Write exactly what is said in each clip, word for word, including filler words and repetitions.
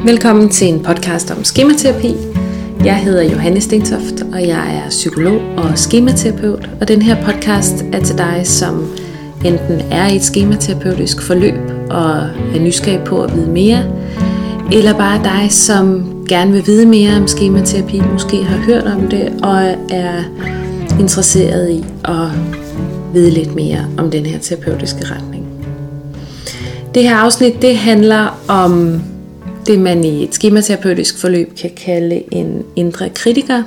Velkommen til en podcast om skematerapi. Jeg hedder Johanne Stentoft, og jeg er psykolog og skematerapeut. Og den her podcast er til dig, som enten er i et skematerapeutisk forløb og er nysgerrig på at vide mere, eller bare dig, som gerne vil vide mere om skematerapi, måske har hørt om det og er interesseret i at vide lidt mere om den her terapeutiske retning. Det her afsnit, det handler om det, man i et skematerapeutisk forløb kan kalde en indre kritiker.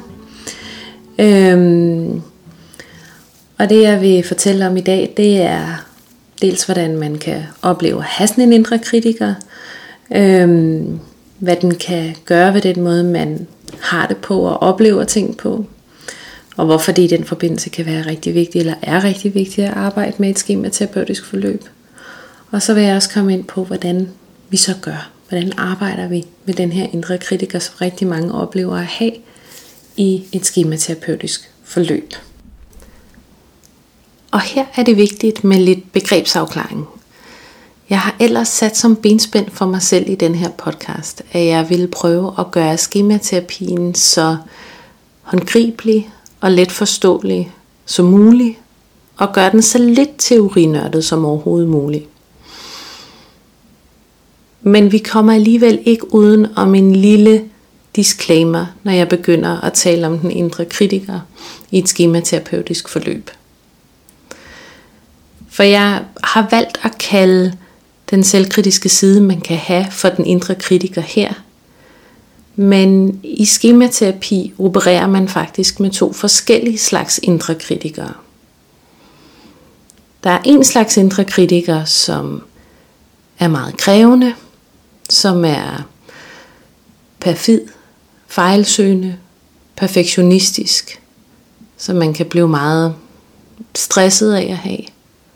Øhm, og det, jeg vil fortælle om i dag, det er dels, hvordan man kan opleve at have sådan en indre kritiker, øhm, hvad den kan gøre ved den måde, man har det på og oplever ting på, og hvorfor det i den forbindelse kan være rigtig vigtigt, eller er rigtig vigtigt at arbejde med et skematerapeutisk forløb. Og så vil jeg også komme ind på, hvordan vi så gør. Hvordan arbejder vi med den her indre kritiker, som rigtig mange oplever at have i et skematerapeutisk forløb. Og her er det vigtigt med lidt begrebsafklaring. Jeg har ellers sat som benspænd for mig selv i den her podcast, at jeg ville prøve at gøre skematerapien så håndgribelig og let forståelig som muligt, og gøre den så lidt teorinørdet som overhovedet muligt. Men vi kommer alligevel ikke uden om en lille disclaimer, når jeg begynder at tale om den indre kritiker i et skematerapeutisk forløb. For jeg har valgt at kalde den selvkritiske side, man kan have, for den indre kritiker her. Men i skematerapi opererer man faktisk med to forskellige slags indre kritikere. Der er en slags indre kritiker, som er meget krævende, som er perfid, fejlsøgende, perfektionistisk, som man kan blive meget stresset af at have.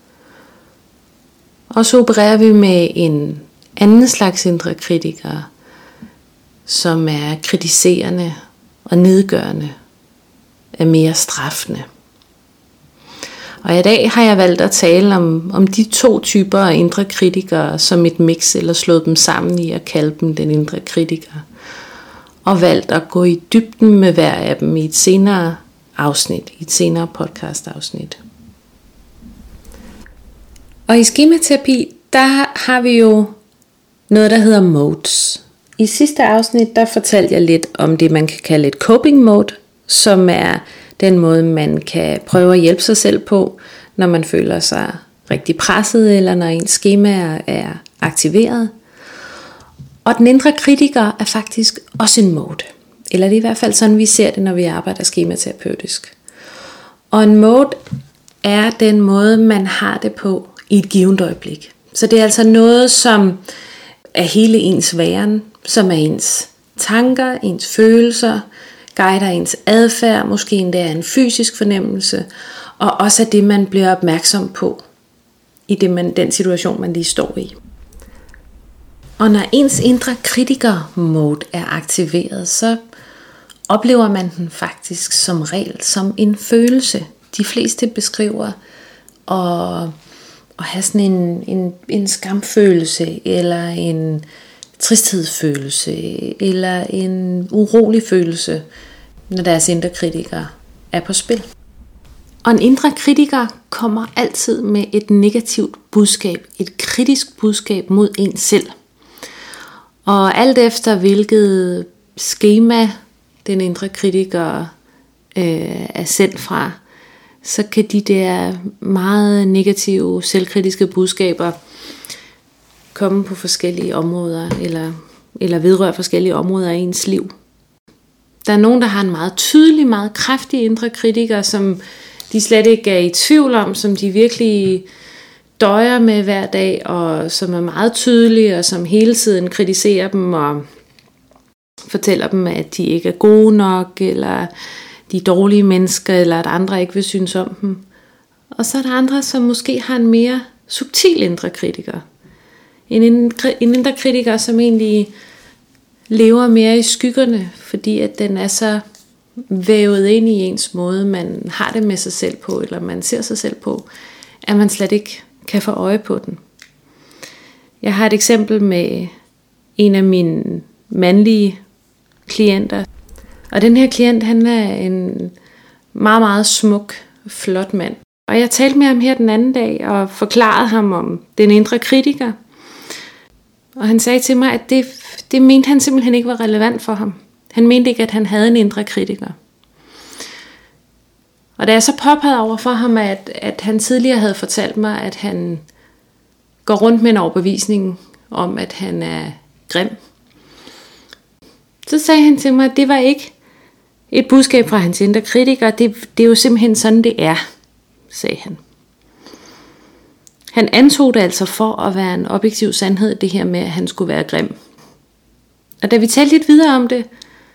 Og så opererer vi med en anden slags indre kritiker, som er kritiserende og nedgørende, er mere straffende. Og i dag har jeg valgt at tale om, om de to typer af indre kritikere som et mix, eller slået dem sammen i at kalde dem den indre kritiker. Og valgt at gå i dybden med hver af dem i et senere afsnit, i et senere podcast afsnit. Og i skematerapi, der har vi jo noget, der hedder modes. I sidste afsnit, der fortalte jeg lidt om det, man kan kalde et coping mode, som er den måde, man kan prøve at hjælpe sig selv på, når man føler sig rigtig presset, eller når ens skema er aktiveret. Og den indre kritiker er faktisk også en mode. Eller det er i hvert fald sådan, vi ser det, når vi arbejder skematerapeutisk. Og en mode er den måde, man har det på i et givet øjeblik. Så det er altså noget, som er hele ens væren, som er ens tanker, ens følelser, guider ens adfærd, måske endda en fysisk fornemmelse, og også er det, man bliver opmærksom på i det, man, den situation, man lige står i. Og når ens indre kritiker-mode er aktiveret, så oplever man den faktisk som regel som en følelse. De fleste beskriver at, at have sådan en, en, en skamfølelse, eller en tristhedsfølelse, eller en urolig følelse, når deres indre kritiker er på spil. Og en indre kritiker kommer altid med et negativt budskab, et kritisk budskab mod en selv. Og alt efter hvilket skema den indre kritiker øh, er sendt fra, så kan de der meget negative, selvkritiske budskaber komme på forskellige områder, eller, eller vedrøre forskellige områder af ens liv. Der er nogen, der har en meget tydelig, meget kraftig indre kritiker, som de slet ikke er i tvivl om, som de virkelig døjer med hver dag, og som er meget tydelige, og som hele tiden kritiserer dem, og fortæller dem, at de ikke er gode nok, eller de er dårlige mennesker, eller at andre ikke vil synes om dem. Og så er der andre, som måske har en mere subtil indre kritiker. En indre, en indre kritiker, som egentlig lever mere i skyggerne, fordi at den er så vævet ind i ens måde, man har det med sig selv på, eller man ser sig selv på, at man slet ikke kan få øje på den. Jeg har et eksempel med en af mine mandlige klienter. Og den her klient, han er en meget, meget smuk, flot mand. Og jeg talte med ham her den anden dag og forklarede ham om den indre kritiker. Og han sagde til mig, at det, det mente han simpelthen ikke var relevant for ham. Han mente ikke, at han havde en indre kritiker. Og da jeg så påpegede over for ham, at, at han tidligere havde fortalt mig, at han går rundt med en overbevisning om, at han er grim, så sagde han til mig, at det var ikke et budskab fra hans indre kritiker. Det, det er jo simpelthen sådan, det er, sagde han. Han antog det altså for at være en objektiv sandhed, det her med, at han skulle være grim. Og da vi talte lidt videre om det,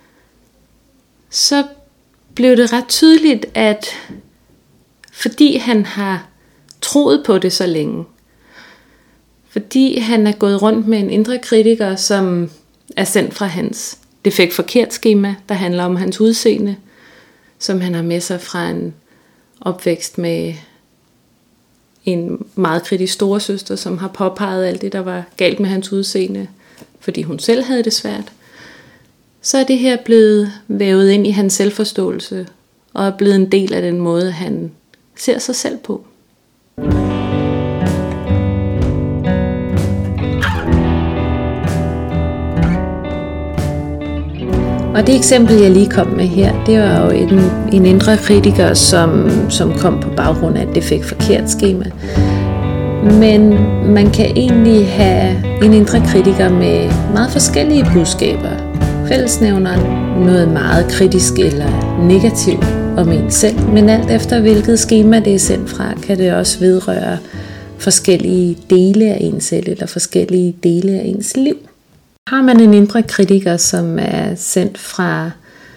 så blev det ret tydeligt, at fordi han har troet på det så længe, fordi han er gået rundt med en indre kritiker, som er sendt fra hans defekt forkert skema, der handler om hans udseende, som han har med sig fra en opvækst med en meget kritisk storesøster, som har påpeget alt det, der var galt med hans udseende, fordi hun selv havde det svært. Så er det her blevet vævet ind i hans selvforståelse, og er blevet en del af den måde, han ser sig selv på. Og det eksempel, jeg lige kom med her, det var jo en, en indre kritiker, som, som kom på baggrund af et defekt forkert skema. Men man kan egentlig have en indre kritiker med meget forskellige budskaber. Fællesnævneren noget meget kritisk eller negativt om en selv, men alt efter hvilket skema det er sendt fra, kan det også vedrøre forskellige dele af en selv eller forskellige dele af ens liv. Har man en indre kritiker, som er sendt fra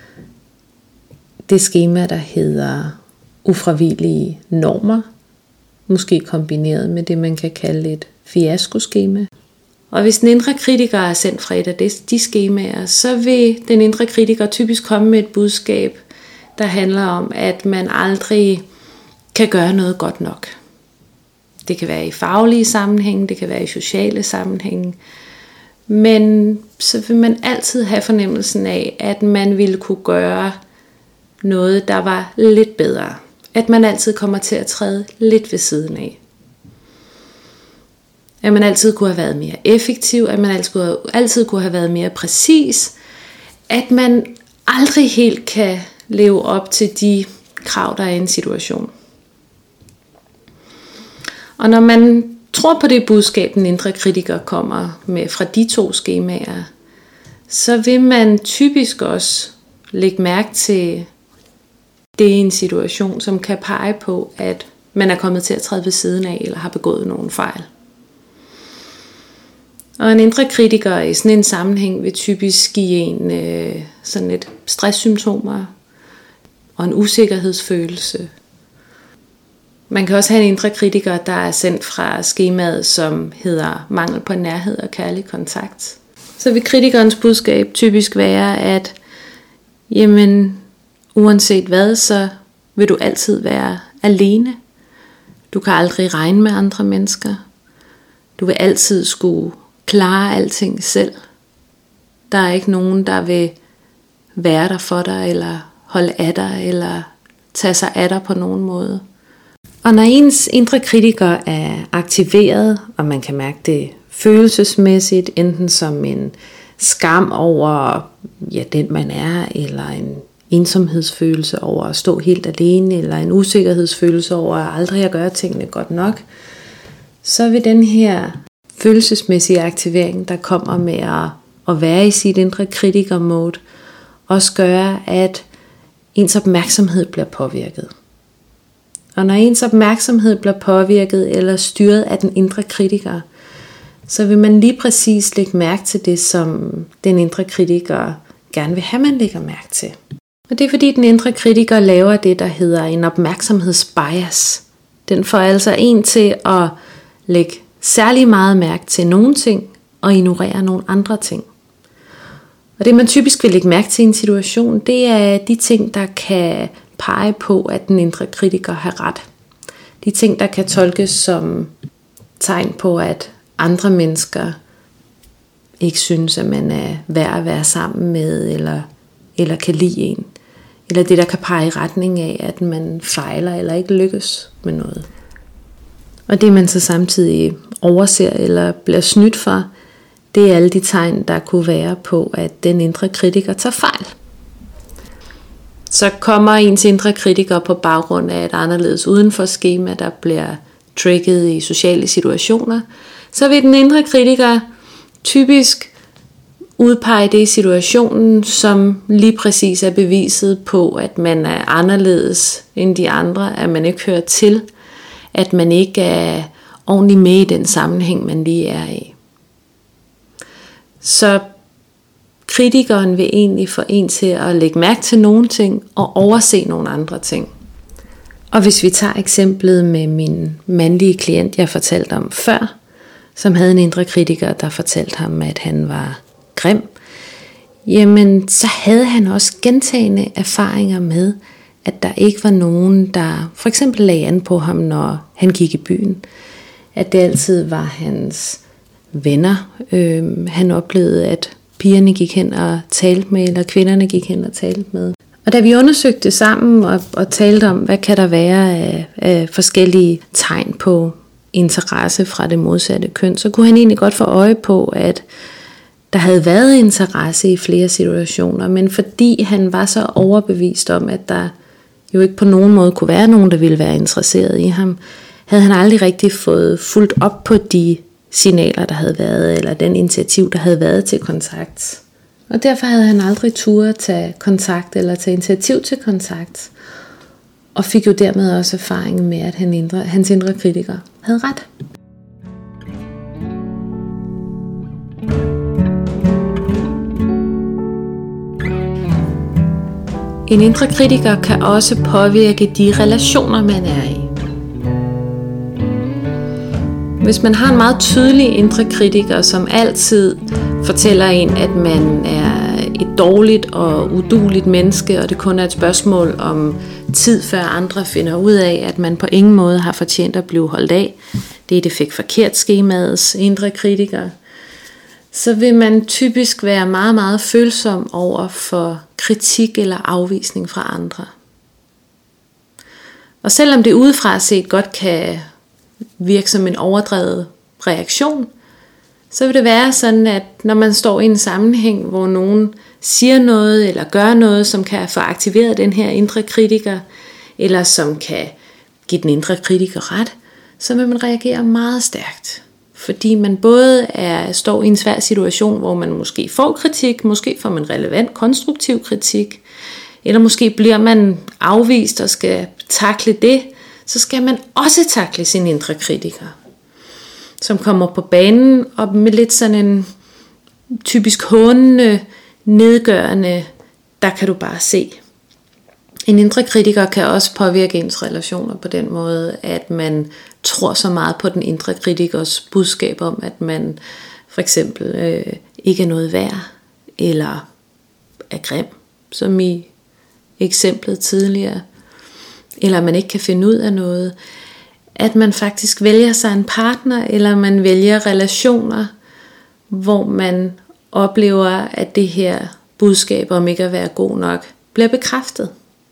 det skema, der hedder ufravigelige normer, måske kombineret med det, man kan kalde et fiaskoskema. Og hvis den indre kritiker er sendt fra et af de skemaer, så vil den indre kritiker typisk komme med et budskab, der handler om, at man aldrig kan gøre noget godt nok. Det kan være i faglige sammenhænge, det kan være i sociale sammenhænge, men så vil man altid have fornemmelsen af, at man ville kunne gøre noget, der var lidt bedre. At man altid kommer til at træde lidt ved siden af. At man altid kunne have været mere effektiv, at man altid kunne have, altid kunne have været mere præcis. At man aldrig helt kan leve op til de krav, der er i en situation. Og når man tror på det budskab, den indre kritiker kommer med fra de to skemaer, så vil man typisk også lægge mærke til det i en situation, som kan pege på, at man er kommet til at træde ved siden af, eller har begået nogle fejl. Og en indre kritiker i sådan en sammenhæng vil typisk give en øh, sådan et stresssymptomer og en usikkerhedsfølelse. Man kan også have en indre kritiker, der er sendt fra skemaet, som hedder mangel på nærhed og kærlig kontakt. Så vil kritikernes budskab typisk være, at jamen, uanset hvad, så vil du altid være alene. Du kan aldrig regne med andre mennesker. Du vil altid skulle klare alting selv. Der er ikke nogen, der vil være der for dig, eller holde af dig, eller tage sig af dig på nogen måde. Og når ens indre kritiker er aktiveret, og man kan mærke det følelsesmæssigt, enten som en skam over ja, den man er, eller en ensomhedsfølelse over at stå helt alene, eller en usikkerhedsfølelse over at aldrig at gøre tingene godt nok, så vil den her følelsesmæssige aktivering, der kommer med at, at være i sit indre kritiker-mode, også gøre, at ens opmærksomhed bliver påvirket. Og når ens opmærksomhed bliver påvirket eller styret af den indre kritiker, så vil man lige præcis lægge mærke til det, som den indre kritiker gerne vil have, man lægger mærke til. Og det er fordi den indre kritiker laver det, der hedder en opmærksomhedsbias. Den får altså en til at lægge særlig meget mærke til nogle ting og ignorere nogle andre ting. Og det man typisk vil lægge mærke til i en situation, det er de ting, der kan pege på, at den indre kritiker har ret. De ting, der kan tolkes som tegn på, at andre mennesker ikke synes, at man er værd at være sammen med, eller, eller kan lide en. Eller det, der kan pege i retning af, at man fejler eller ikke lykkes med noget. Og det, man så samtidig overser eller bliver snydt for, det er alle de tegn, der kunne være på, at den indre kritiker tager fejl. Så kommer ens indre kritiker på baggrund af et anderledes udenfor skema, der bliver trigget i sociale situationer, så vil den indre kritiker typisk udpege det i situationen, som lige præcis er beviset på, at man er anderledes end de andre, at man ikke hører til, at man ikke er ordentligt med i den sammenhæng, man lige er i. Så kritikeren vil egentlig få en til at lægge mærke til nogle ting og overse nogle andre ting. Og hvis vi tager eksemplet med min mandlige klient, jeg fortalte om før, som havde en indre kritiker, der fortalte ham, at han var grim, jamen så havde han også gentagne erfaringer med, at der ikke var nogen, der for eksempel lagde an på ham, når han gik i byen. At det altid var hans venner. Øhm, han oplevede, at pigerne gik hen og talte med, eller kvinderne gik hen og talte med. Og da vi undersøgte det sammen og, og talte om, hvad kan der være af, af forskellige tegn på interesse fra det modsatte køn, så kunne han egentlig godt få øje på, at der havde været interesse i flere situationer, men fordi han var så overbevist om, at der jo ikke på nogen måde kunne være nogen, der ville være interesseret i ham, havde han aldrig rigtig fået fulgt op på de signaler, der havde været, eller den initiativ, der havde været til kontakt. Og derfor havde han aldrig turde tage kontakt, eller tage initiativ til kontakt, og fik jo dermed også erfaring med, at han indre, hans indre kritiker havde ret. En indre kritiker kan også påvirke de relationer, man er i. Hvis man har en meget tydelig indre kritiker, som altid fortæller en, at man er et dårligt og udueligt menneske, og det kun er et spørgsmål om tid, før andre finder ud af, at man på ingen måde har fortjent at blive holdt af, det er det fik forkert skemaets indre kritiker, så vil man typisk være meget, meget følsom over for kritik eller afvisning fra andre. Og selvom det udefra set godt kan virke som en overdrevet reaktion, så vil det være sådan, at når man står i en sammenhæng, hvor nogen siger noget eller gør noget, som kan få aktiveret den her indre kritiker, eller som kan give den indre kritiker ret, så vil man reagere meget stærkt. Fordi man både er, står i en svær situation, hvor man måske får kritik, måske får man relevant, konstruktiv kritik, eller måske bliver man afvist og skal takle det, så skal man også takle sin indre kritiker, som kommer på banen og med lidt sådan en typisk hånende, nedgørende, der kan du bare se. En indre kritiker kan også påvirke ens relationer på den måde, at man tror så meget på den indre kritikers budskab om, at man for eksempel øh, ikke er noget værd, eller er grim, som i eksemplet tidligere, eller man ikke kan finde ud af noget, at man faktisk vælger sig en partner, eller man vælger relationer, hvor man oplever, at det her budskab om ikke at være god nok, bliver bekræftet.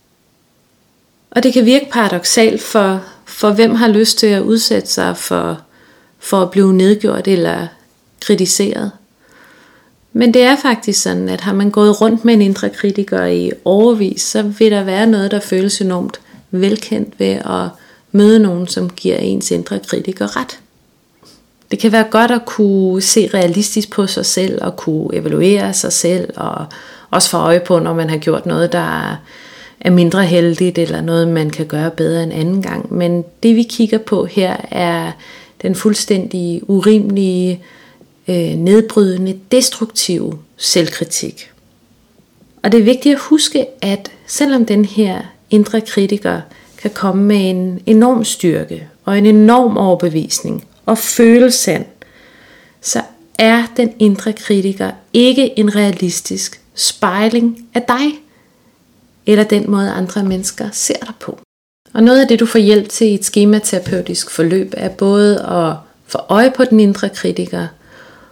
Og det kan virke paradoksalt for, for hvem har lyst til at udsætte sig for, for at blive nedgjort eller kritiseret. Men det er faktisk sådan, at har man gået rundt med en indre kritiker i årevis, så vil der være noget, der føles enormt velkendt ved at møde nogen, som giver ens indre kritiker ret. Det kan være godt at kunne se realistisk på sig selv, og kunne evaluere sig selv, og også få øje på, når man har gjort noget, der er mindre heldigt, eller noget, man kan gøre bedre en anden gang. Men det vi kigger på her, er den fuldstændig urimelige, øh, nedbrydende, destruktive selvkritik. Og det er vigtigt at huske, at selvom den her indre kritiker kan komme med en enorm styrke, og en enorm overbevisning, og føle sand, så er den indre kritiker ikke en realistisk spejling af dig, eller den måde andre mennesker ser dig på. Og noget af det du får hjælp til i et skematerapeutisk forløb, er både at få øje på den indre kritiker,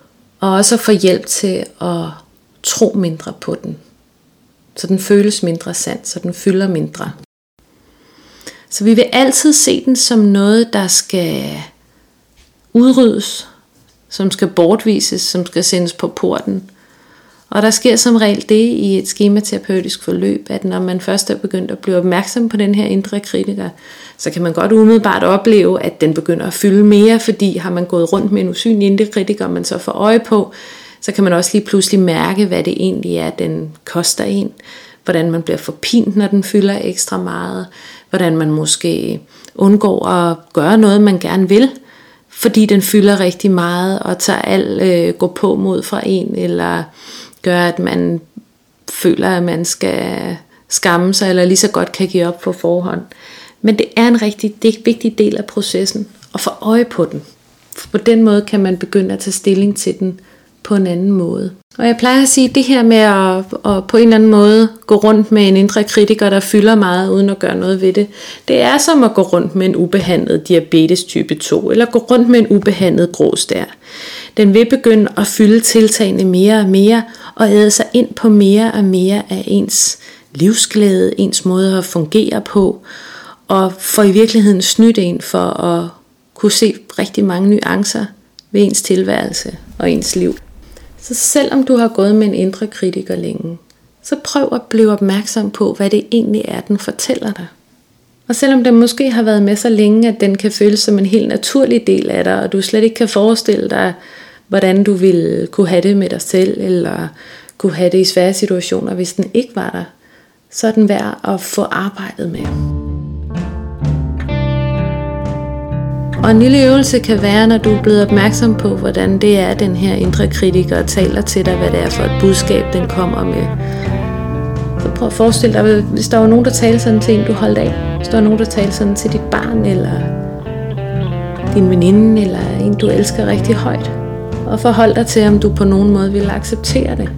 Og også at få hjælp til at tro mindre på den. Så den føles mindre sand, så den fylder mindre. Så vi vil altid se den som noget, der skal udryddes, som skal bortvises, som skal sendes på porten. Og der sker som regel det i et skematerapeutisk forløb, at når man først er begyndt at blive opmærksom på den her indre kritiker, så kan man godt umiddelbart opleve, at den begynder at fylde mere, fordi har man gået rundt med en usynlig indre kritiker, og man så får øje på, så kan man også lige pludselig mærke, hvad det egentlig er, den koster en. Hvordan man bliver forpint, når den fylder ekstra meget. Hvordan man måske undgår at gøre noget, man gerne vil, fordi den fylder rigtig meget og tager alt øh, gå på mod fra en, eller gør, at man føler, at man skal skamme sig, eller lige så godt kan give op på forhånd. Men det er en rigtig det er en vigtig del af processen at få øje på den. For på den måde kan man begynde at tage stilling til den på en anden måde. Og jeg plejer at sige, at det her med at, at på en eller anden måde gå rundt med en indre kritiker, der fylder meget uden at gøre noget ved det, det er som at gå rundt med en ubehandlet diabetes type to, eller gå rundt med en ubehandlet gråstær. Den vil begynde at fylde tiltagende mere og mere, og æde sig ind på mere og mere af ens livsglæde, ens måde at fungere på, og får i virkeligheden snydt en for at kunne se rigtig mange nuancer ved ens tilværelse og ens liv. Så selvom du har gået med en indre kritiker længe, så prøv at blive opmærksom på, hvad det egentlig er, den fortæller dig. Og selvom den måske har været med så længe, at den kan føles som en helt naturlig del af dig, og du slet ikke kan forestille dig, hvordan du ville kunne have det med dig selv, eller kunne have det i svære situationer, hvis den ikke var der, så er den værd at få arbejdet med. Og en lille øvelse kan være, når du er blevet opmærksom på, hvordan det er, den her indre kritiker taler til dig, hvad det er for et budskab, den kommer med. Så prøv at forestille dig, hvis der var nogen, der talte sådan til en, du holdt af. Hvis der var nogen, der talte sådan til dit barn, eller din veninde, eller en, du elsker rigtig højt. Og forhold dig til, om du på nogen måde vil acceptere det.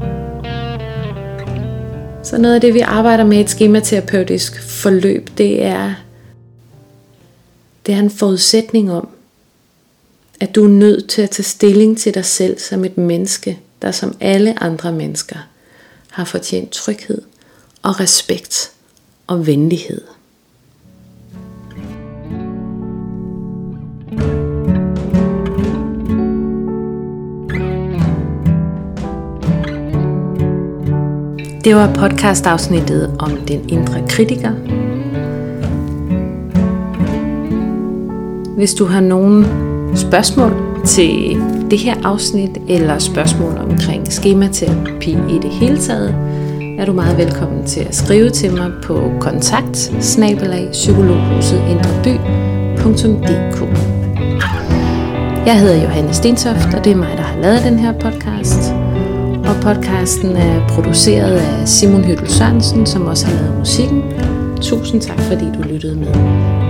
Så noget af det, vi arbejder med i et skematerapeutisk forløb, det er... Det er en forudsætning om, at du er nødt til at tage stilling til dig selv som et menneske, der som alle andre mennesker har fortjent tryghed og respekt og venlighed. Det var podcastafsnittet om den indre kritiker. Hvis du har nogle spørgsmål til det her afsnit, eller spørgsmål omkring skematerapi i det hele taget, er du meget velkommen til at skrive til mig på kontakt bindestreg psykologhuset indre by punktum d k. Jeg hedder Johanne Stentoft, og det er mig, der har lavet den her podcast. Og podcasten er produceret af Simon Hyttel Sørensen, som også har lavet musikken. Tusind tak, fordi du lyttede med.